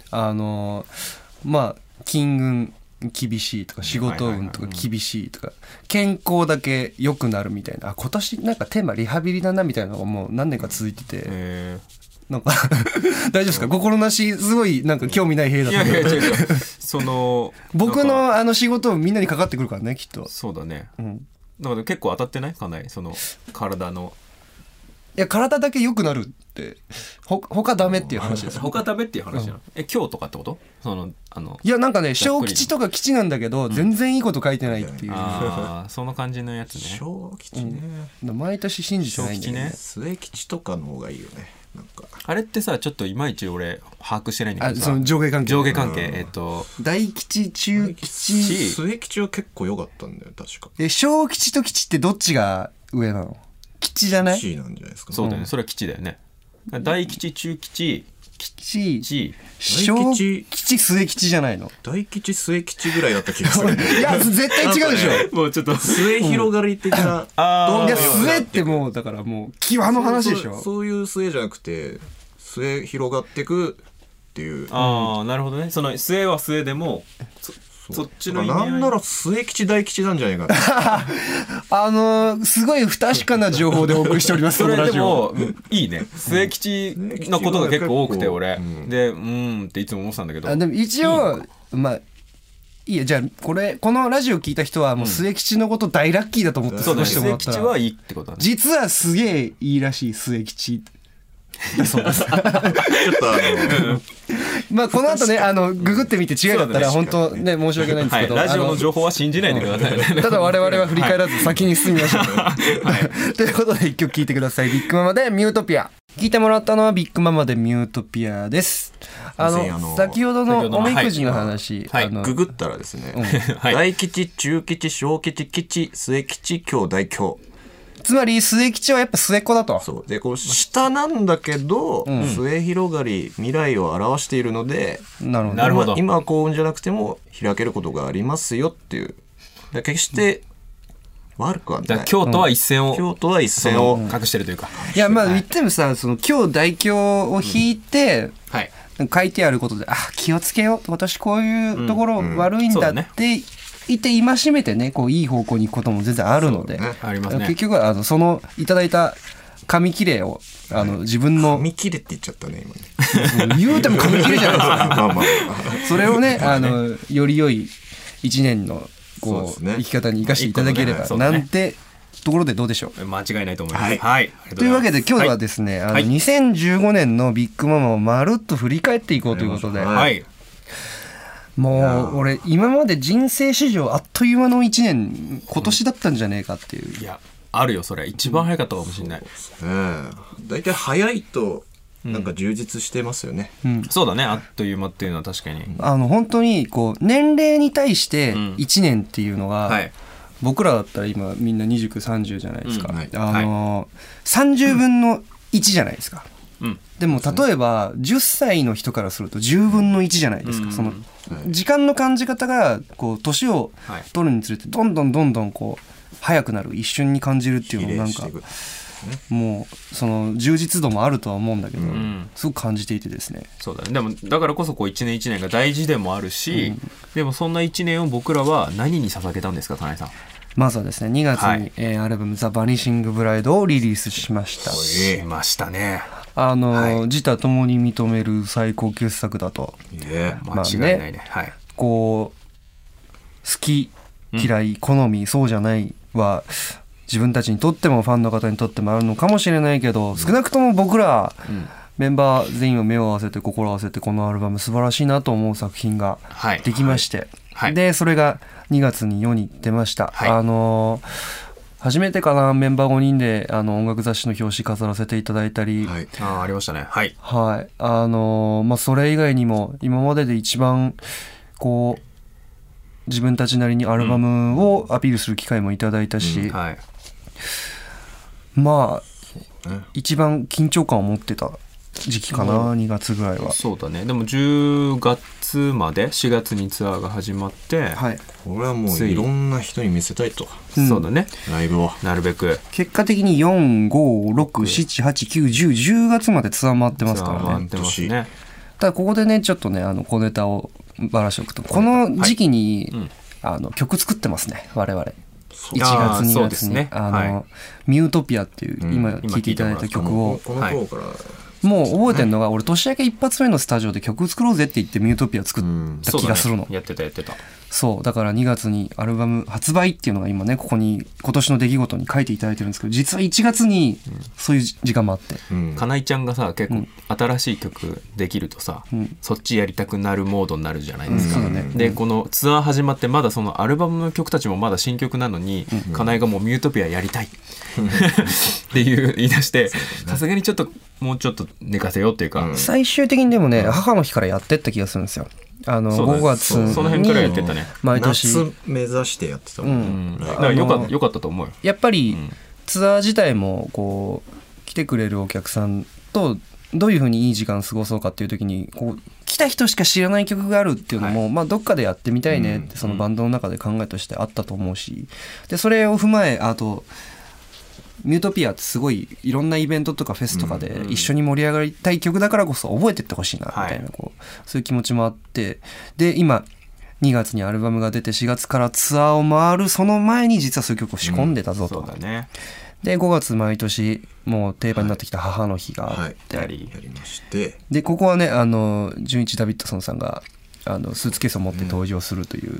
金運厳しいとか仕事運とか厳しいとか健康だけ良くなるみたいな、今年なんかテーマリハビリだなみたいなのがもう何年か続いてて、なんか大丈夫ですか？心なしすごいなんか興味ない兵だった。いやその僕の仕事みんなにかかってくるからね、きっと。 そうだね。だから結構当たってないかなりその体の。 いや体だけ良くなるって他ダメっていう話です。 他ダメっていう話なの？今日とかってこと？ いやなんかね、小吉とか吉なんだけど全然いいこと書いてないっていう。 その感じのやつね。 小吉ね。 毎年信じてないんだよね。 末吉とかの方がいいよね。なんかあれってさ、ちょっといまいち俺把握してないんだけどさ。 その上下関係。 大吉中吉末吉は結構良かったんだよ確か。 小吉と吉ってどっちが上なの？吉じゃない？ 吉なんじゃないですか。 そうだよね。それは吉だよね。大吉中吉小吉末吉じゃないの？ 大吉末吉ぐらいだった気がする。 いや絶対違うでしょ。 もうちょっと末広がり的な。 いや末ってもうだからもう際の話でしょ。 そういう末じゃなくて末広がってくっていう。 なるほどね。その末は末でもそっちの意味合い。 なんなら末吉大吉なんじゃないかな。すごい不確かな情報でお送りしております。 それでもいいね。末吉のことが結構多くて俺でっていつも思ってたんだけど。 でも一応いいや、じゃあこのラジオ聞いた人はもう末吉のこと大ラッキーだと思って過ごしてもらったら。 末吉はいいってことだね。 実はすげえいいらしい末吉。そうです。ちょっとまあこの後ねググってみて違いだったら本当ね申し訳ないんですけど、 ラジオの情報は信じないでくださいね。 ただ我々は振り返らず先に進みましょう。ということで一曲聴いてください。ビッグママでミュートピア。聴いてもらったのはビッグママでミュートピアです。先ほどのおみくじの話、 ググったらですね、大吉、中吉、小吉、吉、末吉、凶、大凶。 つまり末吉はやっぱ末っ子だと。 そうでこう下なんだけど、末広がり未来を表しているので、 なるほど。 今は幸運じゃなくても開けることがありますよっていう。決して悪くはない。 京都は一線を隠してるというか。 いやまあ言ってもさ、その凶大凶を引いて、書いてあることで、気をつけよう、私こういうところ悪いんだって言って戒めてね、こういい方向に行くことも全然あるので、 ありますね。 結局はそのいただいた紙切れを自分の紙切れって言っちゃったね今ね。言うても紙切れじゃないですか。それをねより良い一年のこう生き方に生かしていただければなんてところでどうでしょう。 間違いないと思います。はい。 というわけで今日はですね、2015年のビッグママをまるっと振り返っていこうということで、もう俺今まで人生史上あっという間の1年今年だったんじゃねえかっていう。 いやあるよ、それ一番早かったかもしれない。 だいたい早いとなんか充実してますよね。 そうだね、あっという間っていうのは確かに本当にこう年齢に対して1年っていうのが、僕らだったら今みんな29、30じゃないですか。30分の1じゃないですか。でも例えば10歳の人からすると10分の1じゃないですか。その時間の感じ方がこう年を取るにつれてどんどんこう早くなる、一瞬に感じるっていうのもなんかもうその充実度もあるとは思うんだけど、すごく感じていてですね。 そうだね。でもだからこそこう一年一年が大事でもあるし、でもそんな一年を僕らは何に捧げたんですか、金井さん。 まずはですね、2月に、アルバムザ・バニシング・ブライドをリリースしました。 しましたね。 自他ともに認める最高傑作だと。 間違いないね。 こう好き嫌い、好みそうじゃないは自分たちにとってもファンの方にとってもあるのかもしれないけど、少なくとも僕ら、メンバー全員を目を合わせて心を合わせてこのアルバム素晴らしいなと思う作品ができまして、でそれが2月に世に出ました。初めてかな、メンバー5人で音楽雑誌の表紙飾らせていただいたり、 ありましたね。 それ以外にも今までで一番こう自分たちなりにアルバムをアピールする機会もいただいたし、一番緊張感を持ってた時期かな、2月ぐらいは。 そうだね。でも10月まで4月にツアーが始まって、 これはもういろんな人に見せたいと。 そうだね、 ライブをなるべく。 結果的に4、5、6、7、8、9、10月までツアー回ってますからね。ただここでねちょっとね小ネタをばらしておくと、この時期に、曲作ってますね我々。1月2月に、ミュートピアっていう今聴いていただいた曲を、もう覚えてるのが、俺年明け一発目のスタジオで曲作ろうぜって言ってミュートピア作った気がするの。 やってた。 そうだから2月にアルバム発売っていうのが今ねここに今年の出来事に書いていただいてるんですけど、実は1月にそういう時間もあって、 金井ちゃんがさ結構新しい曲できるとさ、そっちやりたくなるモードになるじゃないですか。でこのツアー始まってまだそのアルバムの曲たちもまだ新曲なのに、金井がもうミュートピアやりたいって言い出して、さすがにちょっともうちょっと寝かせようっていうか、 最終的にでもね母の日からやってった気がするんですよ。5月にその辺からやってたね。 毎年夏目指してやってたもんね。 だからよかったと思うよ。 やっぱりツアー自体もこう来てくれるお客さんとどういうふうにいい時間過ごそうかっていう時に、こう来た人しか知らない曲があるっていうのも、どっかでやってみたいねってそのバンドの中で考えとしてあったと思うし、でそれを踏まえあとミュートピアってすごいいろんなイベントとかフェスとかで一緒に盛り上がりたい曲だからこそ覚えてってほしいなみたいな、そういう気持ちもあって、で今2月にアルバムが出て4月からツアーを回るその前に実はそういう曲を仕込んでたぞと。で5月毎年もう定番になってきた母の日があって、 やりまして、 でここはね純一ダビッドソンさんがスーツケースを持って登場するという、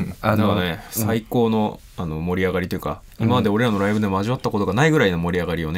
最高の盛り上がりというか、今まで俺らのライブでも味わったことがないぐらいの盛り上がりをね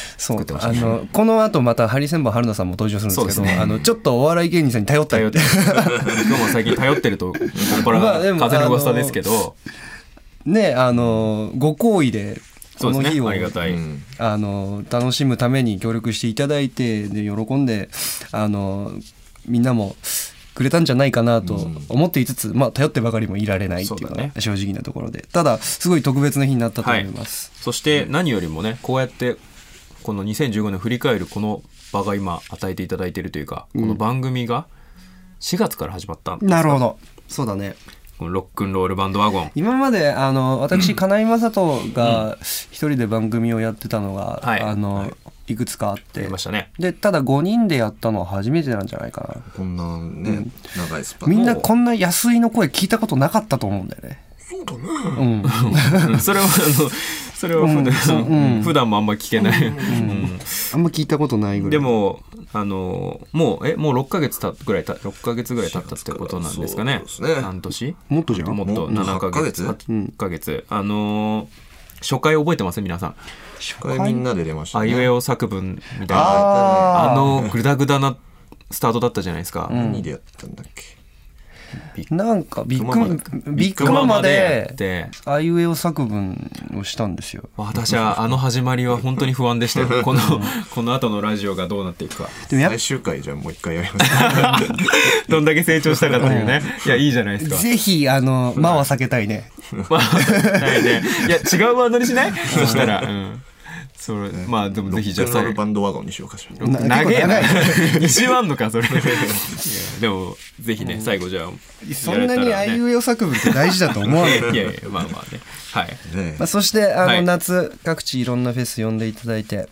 そうこの後またハリセンボン春菜さんも登場するんですけど、ね、ちょっとお笑い芸人さんに頼ったり今日も最近頼ってるとこれは風の噂ですけどね、ご好意でその日を、 ありがたい、 楽しむために協力していただいてで喜んでみんなもくれたんじゃないかなと思っていつつ、頼ってばかりもいられないっていうのが正直なところで、ただすごい特別な日になったと思います、 そして何よりもねこうやってこの2015年振り返るこの場が今与えていただいているというか、この番組が4月から始まったんですか。 なるほど、そうだね。 このロックンロールバンドワゴン、 今まで私金井雅人が一人で番組をやってたのが、いくつかあってましたね。 でただ5人でやったのは初めてなんじゃないかな。 こんなね、長いスパンみんなこんな安井の声聞いたことなかったと思うんだよね。 そうだね、 それは普段もあんま聞けない、 あんま聞いたことないぐらい。 でももう6ヶ月ぐらい経ったってことなんですかね。半年もっとじゃん。 もっと7ヶ月8ヶ月初回覚えてます皆さん。 初回みんなで出ましたね。 あいうえお作文みたいなグダグダなスタートだったじゃないですか。 何でやったんだっけ。 なんかビッグママであいうえお作文をしたんですよ。 私は始まりは本当に不安でしたよ。この後のラジオがどうなっていくか。 最終回じゃあもう一回やりますどんだけ成長したかというね。いやいいじゃないですか。 ぜひ間は避けたいね。 ないね。いや違うワードにしない。そしたら。それでもぜひじゃあロックンロールバンドワゴンにしようかしら。 長えな。一応あんのかそれ。でもぜひね最後じゃあそんなにあいうえお作文って大事だと思わない。 いやまあね。はい。 そして夏各地いろんなフェス呼んでいただいて、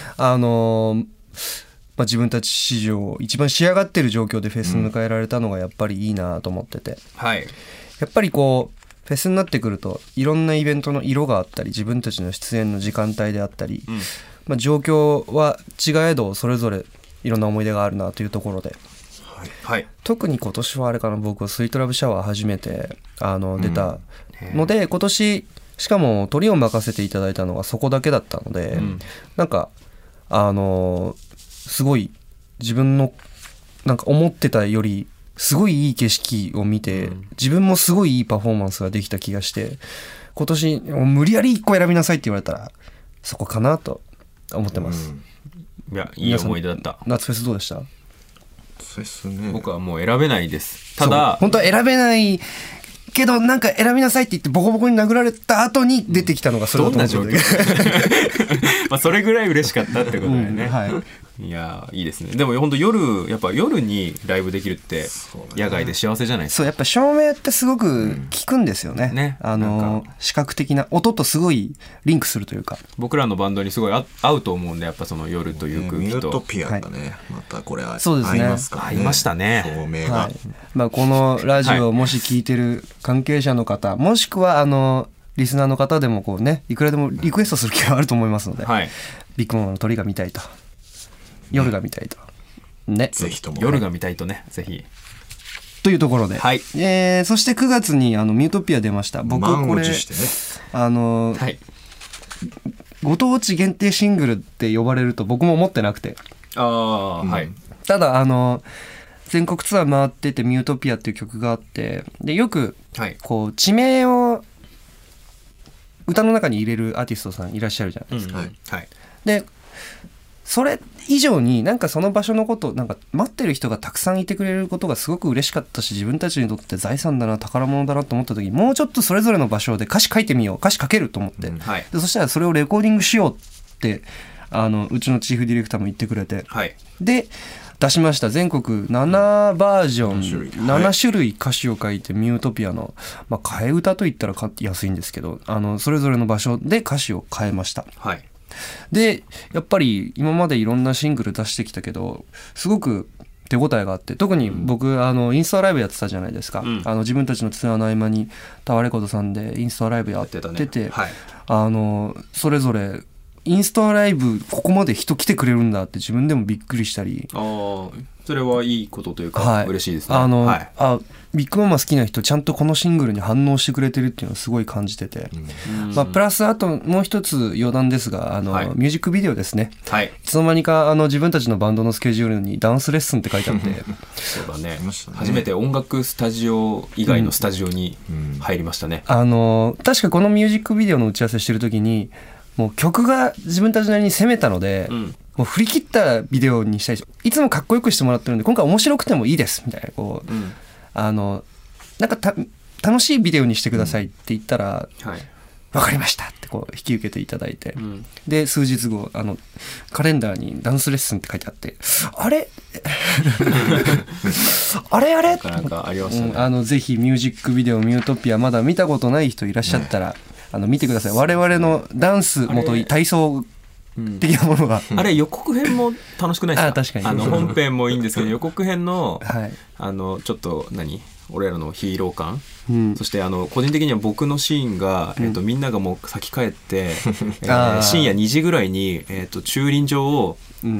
自分たち史上一番仕上がってる状況でフェス迎えられたのがやっぱりいいなと思ってて、 はい。 やっぱりこうフェスになってくるといろんなイベントの色があったり自分たちの出演の時間帯であったり、状況は違えどそれぞれいろんな思い出があるなというところで、 はい、 特に今年はあれかな、僕はスイートラブシャワー初めて出たので、今年しかもトリを任せていただいたのがそこだけだったので、なんかすごい自分のなんか思ってたよりすごいいい景色を見て、自分もすごいいいパフォーマンスができた気がして、今年無理やり1個選びなさいって言われたらそこかなと思ってます。 いやいい思い出だった。 夏フェスどうでした？ フェスね、 僕はもう選べないです。ただ本当は選べないけどなんか選びなさいって言ってボコボコに殴られた後に出てきたのがそれだと思うんだけど、 それぐらい嬉しかったってことだよね。 はい。 いやいいですね。でも本当やっぱ夜にライブできるって野外で幸せじゃないですか。 そう、やっぱ照明ってすごく効くんですよね。視覚的な音とすごいリンクするというか、 僕らのバンドにすごい合うと思うんで、やっぱその夜という空気と、 ミュートピアがね、またこれ合そうですね、 いますからね。 合いましたね。 照明が、 このラジオをもし聞いてる関係者の方、もしくはリスナーの方でもこうね、いくらでもリクエストする機会があると思いますので、ビッグママの鳥が見たいと、夜が見たいとね、 ぜひとも夜が見たいとね、ぜひというところで、 はい。 そして9月にミュートピア出ました。僕これご当地限定シングルって呼ばれると僕も思ってなくて、 はい。 ただ全国ツアー回っててミュートピアっていう曲があって、でよくこう地名を歌の中に入れるアーティストさんいらっしゃるじゃないですか。でそれ以上になんかその場所のことなんか待ってる人がたくさんいてくれることがすごく嬉しかったし、自分たちにとって財産だな、宝物だなと思った時に、もうちょっとそれぞれの場所で歌詞書いてみよう、歌詞書けると思って、でそしたらそれをレコーディングしようってうちのチーフディレクターも言ってくれて、で出しました。全国7バージョン7種類歌詞を書いて、ミュートピアの、替え歌といったら安いんですけど、それぞれの場所で歌詞を変えました。でやっぱり今までいろんなシングル出してきたけどすごく手応えがあって、特に僕インスタライブやってたじゃないですか。自分たちのツアーの合間にタワーレコードさんでインスタライブやってて、それぞれインスタライブここまで人来てくれるんだって自分でもびっくりしたり。 それはいいことというか、 はい、 嬉しいですね。 ビッグママ好きな人ちゃんとこのシングルに反応してくれてるっていうのをすごい感じてて、プラスあともう一つ余談ですがミュージックビデオですね、いつの間にか自分たちのバンドのスケジュールにダンスレッスンって書いてあってそうだね、初めて音楽スタジオ以外のスタジオに入りましたね。 確かこのミュージックビデオの打ち合わせしてる時にもう曲が自分たちなりに攻めたので、もう振り切ったビデオにしたいし、いつもかっこよくしてもらってるんで今回面白くてもいいですみたいななんか楽しいビデオにしてくださいって言ったら、分かりましたって引き受けていただいて、で数日後カレンダーにダンスレッスンって書いてあって、あれあれなかなかありましたね。 ぜひミュージックビデオミュートピアまだ見たことない人いらっしゃったら、見てください。我々のダンス元い体操的なものが、 あれ予告編も楽しくないですか？ 確かに本編もいいんですけど予告編の、ちょっと俺らのヒーロー感、そして個人的には僕のシーンが、みんながもう先帰って深夜2時ぐらいに、駐輪場を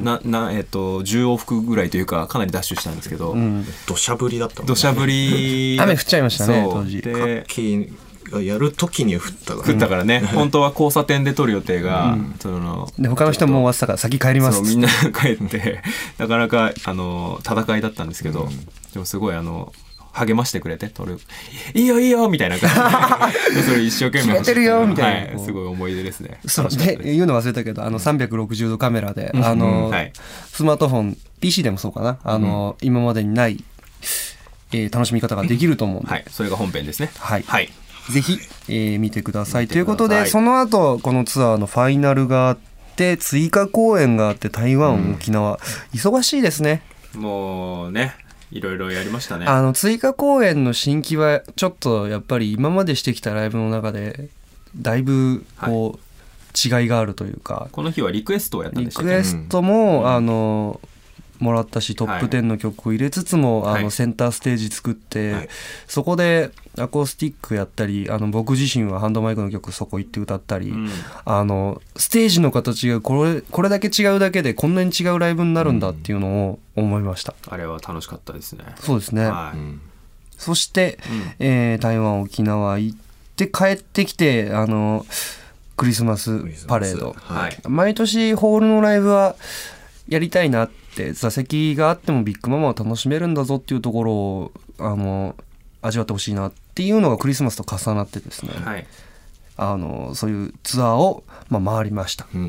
10往復ぐらいというかかなりダッシュしたんですけど、 土砂降りだったもんね。 土砂降り雨降っちゃいましたね当時。 でやる時に降ったからね本当は交差点で撮る予定が、 で他の人も終わってたから先帰りますみんな帰ってなかなか戦いだったんですけど、でもすごい励ましてくれて撮るいいよいいよみたいな感じでそれ一生懸命決めてるよみたいな、 すごい思い出ですね。 で言うの忘れたけど360度カメラでスマートフォン PC でもそうかな今までにない楽しみ方ができると思うんで、 それが本編ですね。 ぜひ見てくださいということで、その後このツアーのファイナルがあって追加公演があって台湾、沖縄忙しいですね。 もうねいろいろやりましたね。 追加公演の新規はちょっとやっぱり今までしてきたライブの中でだいぶ違いがあるというか、 この日はリクエストをやったんでしたっけ？ リクエストも、もらったしトップ10の曲を入れつつも、センターステージ作って、そこでアコースティックやったり僕自身はハンドマイクの曲そこ行って歌ったり、ステージの形がこれだけ違うだけでこんなに違うライブになるんだっていうのを思いました。 あれは楽しかったですね。 そうですね、そして、台湾沖縄行って帰ってきてクリスマスパレード、毎年ホールのライブはやりたいなって座席があってもビッグママを楽しめるんだぞっていうところを味わってほしいなっていうのがクリスマスと重なってですね、そういうツアーを、回りました、これ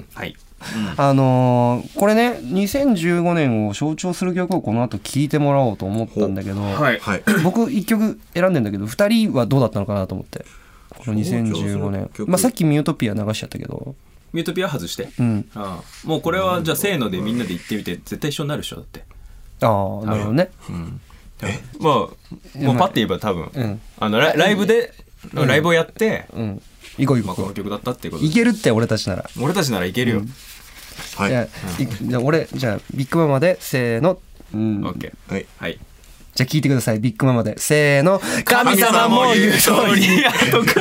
ね2015年を象徴する曲をこの後聴いてもらおうと思ったんだけど、僕1曲選んでんだけど2人はどうだったのかなと思って、この2015年、さっきミュートピア流しちゃったけどミュートピア外して、もうこれはじゃあせーのでみんなで行ってみて絶対一緒になるでしょだって。 なるほどね。 もうパッて言えば多分、ライブで、ライブをやって、 行こう行こう、 この曲だったってことでいけるって俺たちならいけるよ。 じゃあ俺じゃあビッグママでせーの、 OK、 じゃあ聞いてください。ビッグママでせーの、 神様も言う通りに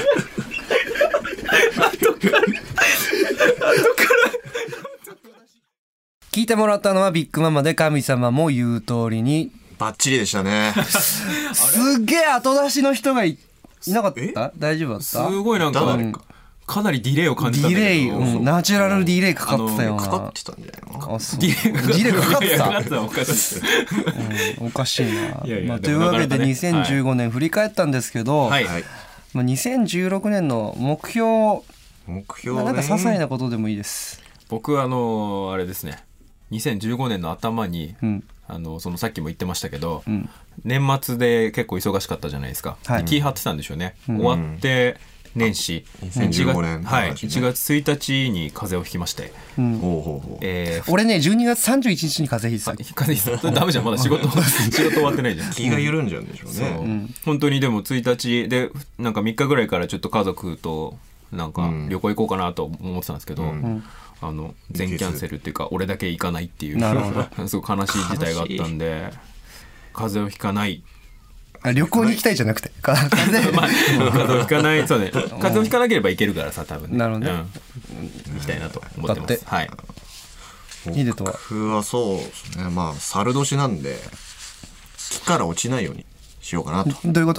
聞いてもらったのはビッグママで神様も言う通りに。 バッチリでしたね。 すっげえ後出しの人がいなかった？大丈夫だった？ すごいなんかかなりディレイを感じたんだけど、 ディレイ、ナチュラルディレイかかってたよな。 かかってたんじゃないの？ ディレイかかってた？ おかしいおかしいな。というわけで2015年振り返ったんですけど、2016年の目標なんか些細なことでもいいです。 僕あれですね、2015年の頭に、そのさっきも言ってましたけど、年末で結構忙しかったじゃないですか、気張ってたんでしょうね、終わって年始 2015年、 1月1日に風邪をひきまして、 俺ね12月31日に風邪ひいてた。 風邪ひいてたダメじゃん、まだ仕事終わってないじゃん。 気が緩んじゃうんでしょうね。 本当にでも1日でなんか3日ぐらいからちょっと家族となんか旅行行こうかなと思ってたんですけど、全キャンセルっていうか俺だけ行かないっていうすごい悲しい事態があったんで、風邪をひかない旅行に行きたいじゃなくて風邪まあ風邪をひかないそうね風邪をひかなければいけるからさ多分ねなるほどね、 行きたいなと思ってます。はい。 ヒデトは僕はそうですね、まあ猿年なんで木から落ちないようにしようかなと。 どういうこと？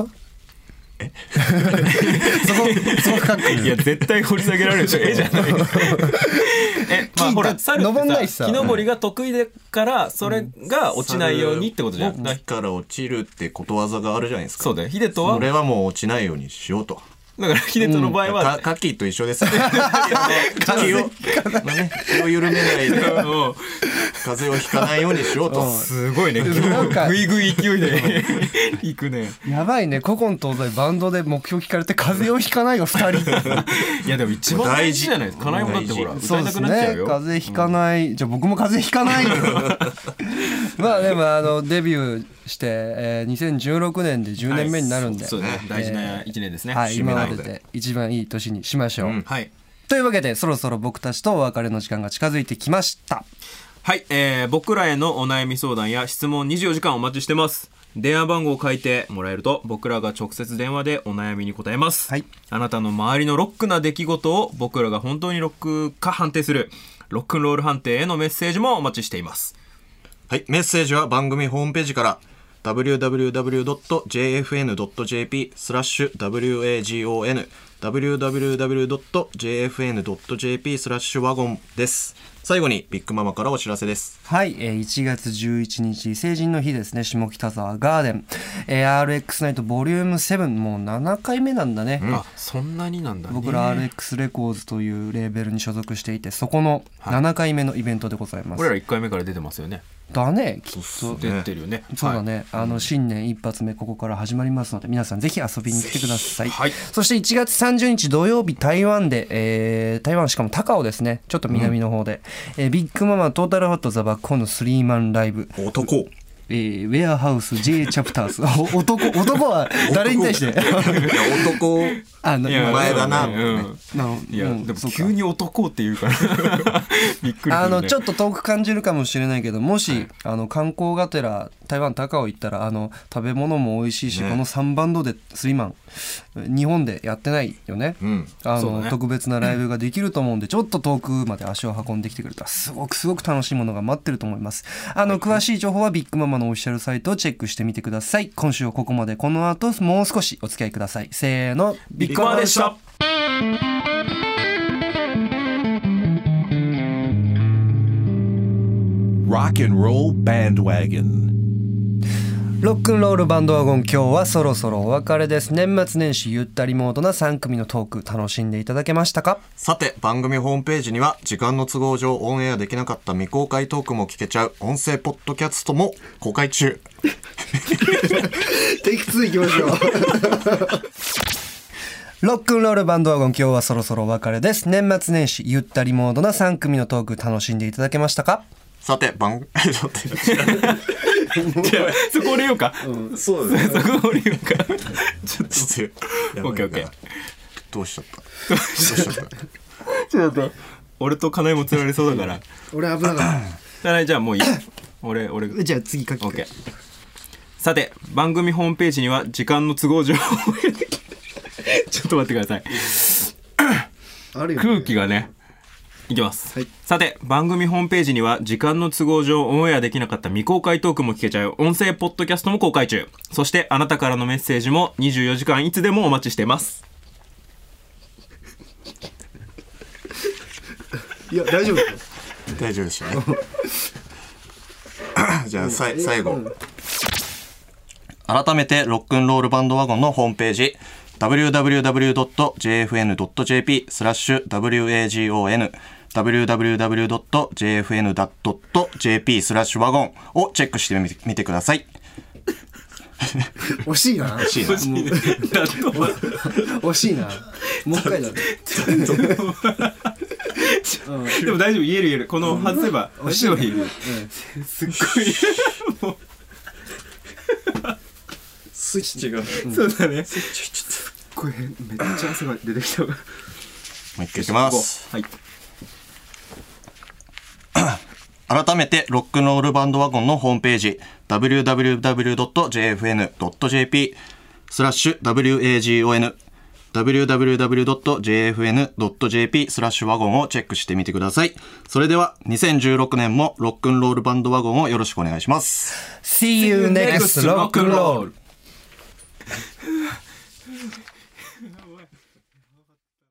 そこ深くいや絶対掘り下げられるでしょ。じゃないまあほら猿ってさ木登りが得意でからそれが落ちないようにってことじゃん。 木から落ちるってことわざがあるじゃないですか。 そうだよ。ヒデトはそれはもう落ちないようにしようと。 だからヒデトの場合はカキと一緒ですね。気を緩めないで風邪をひかないようにしようと。 すごいね。ぐいぐい勢いでいくね。 やばいね。古今東西バンドで目標聞かれて風邪をひかないが2人。 いやでも一番大事じゃないですか。金井もだってほら歌いたくなっちゃうよ。 風邪ひかない。じゃあ僕も風邪ひかないよ。まあでもデビューして、2016年で10年目になるんで、 そうね、大事な1年ですね。 はい、今までで一番いい年にしましょう。 はい。 というわけでそろそろ僕たちとお別れの時間が近づいてきました。 はい、僕らへのお悩み相談や質問24時間お待ちしてます。電話番号を書いてもらえると僕らが直接電話でお悩みに答えます。はい。あなたの周りのロックな出来事を僕らが本当にロックか判定するロックンロール判定へのメッセージもお待ちしています。 はい、メッセージは番組ホームページからwww.jfn.jp/wagon www.jfn.jp/wagon です。最後にビッグママからお知らせです。 はい、1月11日成人の日ですね。下北沢ガーデン、RX ナイトボリューム7もう7回目なんだね。 あ、そんなになんだね。 僕ら RX レコーズというレーベルに所属していて、そこの7回目のイベントでございます。 俺ら1回目から出てますよね。 だね、きっと出てるよね。 そうだね、新年一発目ここから始まりますので皆さんぜひ遊びに来てください。はい、そして1月30日土曜日台湾で、台湾しかも高尾ですね、ちょっと南の方で、ビッグママトータルホットザバックホーンのスリーマンライブ男ウェアハウス J チャプターズ男は誰に対して男前だな、 いやでも急に男って言うからびっくりするね。 ちょっと遠く感じるかもしれないけど、もし、観光がてら台湾高尾行ったら食べ物も美味しいし、この3バンドでスリーマン日本でやってないよね、特別なライブができると思うんで、ちょっと遠くまで足を運んできてくれたらすごく楽しいものが待ってると思います。詳しい情報はビッグママのオフィシャルサイトをチェックしてみてください。今週はここまで。この後もう少しお付き合いください。せーの、ビッグママでした。 Rock and Roll Bandwagon。 ロックンロールバンドワゴン、今日はそろそろお別れです。年末年始ゆったりモードな3組のトーク楽しんでいただけましたか？ さて、番組ホームページには時間の都合上オンエアできなかった未公開トークも聞けちゃう音声ポッドキャストも公開中。 テイク2いきましょう。ロックンロールバンドワゴン、今日はそろそろお別れです。年末年始ゆったりモードな3組のトーク楽しんでいただけましたか？ さて、そこ折れようか。 そうですね。 そこ折れようか。 ちょっとオッケーオッケー。 どうしちゃった。 ちょっと待って。俺と金井も釣られそうだから。 俺危なかった。 じゃあもういい。俺。 じゃあ次書き。 オッケー。さて、番組ホームページには時間の都合上ちょっと待ってください。空気がね。いきます、はい、さて番組ホームページには時間の都合上オンエアできなかった未公開トークも聞けちゃう音声ポッドキャストも公開中。そしてあなたからのメッセージも24時間いつでもお待ちしています。 いや大丈夫大丈夫でしたね。じゃあ最後、改めてロックンロールバンドワゴンのホームページwww.jfn.jp/wagon www.jfn.jp/wagon をチェックしてみてください。 惜しいな。惜しいな。もう一回だ。 でも大丈夫、言える。この外せば足を言える。すっごい。もうスイッチ違う。 そうだね。これめっちゃ汗が出てきた。もう一回いきます。 はい。 改めてロックンロールバンドワゴンのホームページ www.jfn.jp/wagon www.jfn.jp/wagon をチェックしてみてください。それでは2016年もロックンロールバンドワゴンをよろしくお願いします。 See you next rock and roll